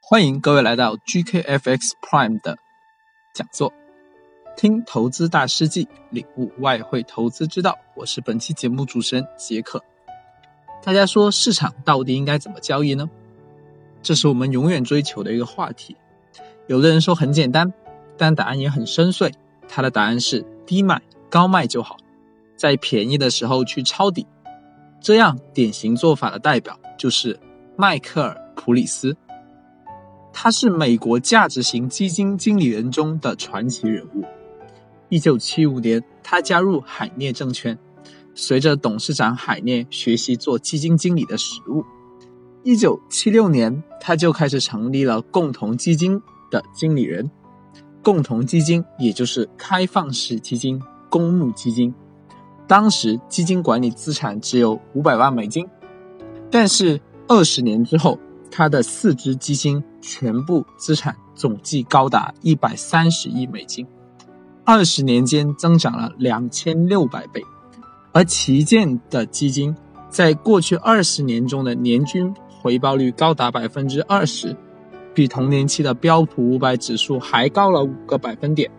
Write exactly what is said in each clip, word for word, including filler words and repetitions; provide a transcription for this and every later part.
欢迎各位来到 G K F X Prime 的讲座，听投资大师记，领悟外汇投资之道。我是本期节目主持人杰克。大家说市场到底应该怎么交易呢？这是我们永远追求的一个话题。有的人说很简单，但答案也很深邃。他的答案是低买高卖就好，在便宜的时候去抄底。这样典型做法的代表就是迈克尔·普里斯。他是美国价值型基金经理人中的传奇人物。一九七五年，他加入海涅证券，随着董事长海涅学习做基金经理的实务。一九七六年，他就开始成立了共同基金的经理人。共同基金也就是开放式基金、公募基金。当时基金管理资产只有五百万美金，但是二十年之后，他的四支基金全部资产总计高达一百三十亿美金，二十年间增长了两千六百倍。而旗舰的基金在过去二十年中的年均回报率高达 百分之二十， 比同年期的标普五百指数还高了五个百分点。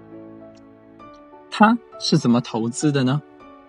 他是怎么投资的呢？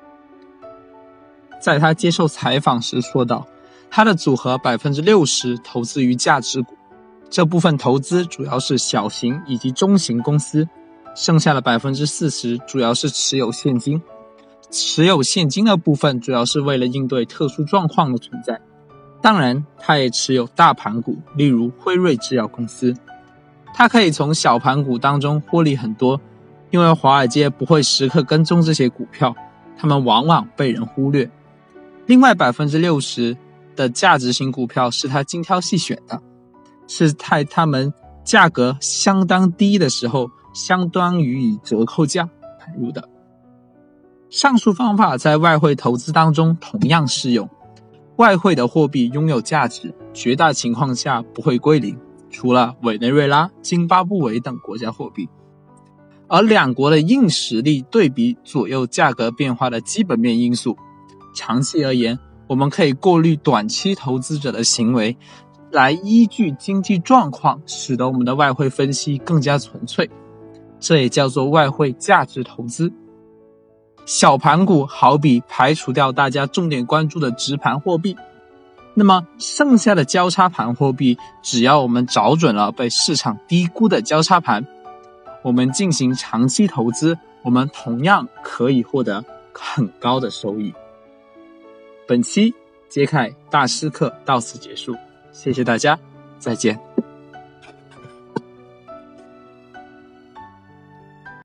在他接受采访时说道，他的组合 百分之六十 投资于价值股，这部分投资主要是小型以及中型公司，剩下的 百分之四十 主要是持有现金。持有现金的部分主要是为了应对特殊状况的存在。当然，他也持有大盘股，例如辉瑞制药公司。他可以从小盘股当中获利很多，因为华尔街不会时刻跟踪这些股票，他们往往被人忽略。另外 百分之六十 的价值型股票是他精挑细选的，是在他们价格相当低的时候，相当于以折扣价买入的。上述方法在外汇投资当中同样适用。外汇的货币拥有价值，绝大情况下不会归零，除了委内瑞拉、津巴布韦等国家货币。而两国的硬实力对比左右价格变化的基本面因素。长期而言，我们可以过滤短期投资者的行为，来依据经济状况，使得我们的外汇分析更加纯粹。这也叫做外汇价值投资。小盘股好比排除掉大家重点关注的直盘货币，那么剩下的交叉盘货币，只要我们找准了被市场低估的交叉盘，我们进行长期投资，我们同样可以获得很高的收益。本期揭开大师课到此结束，谢谢大家，再见。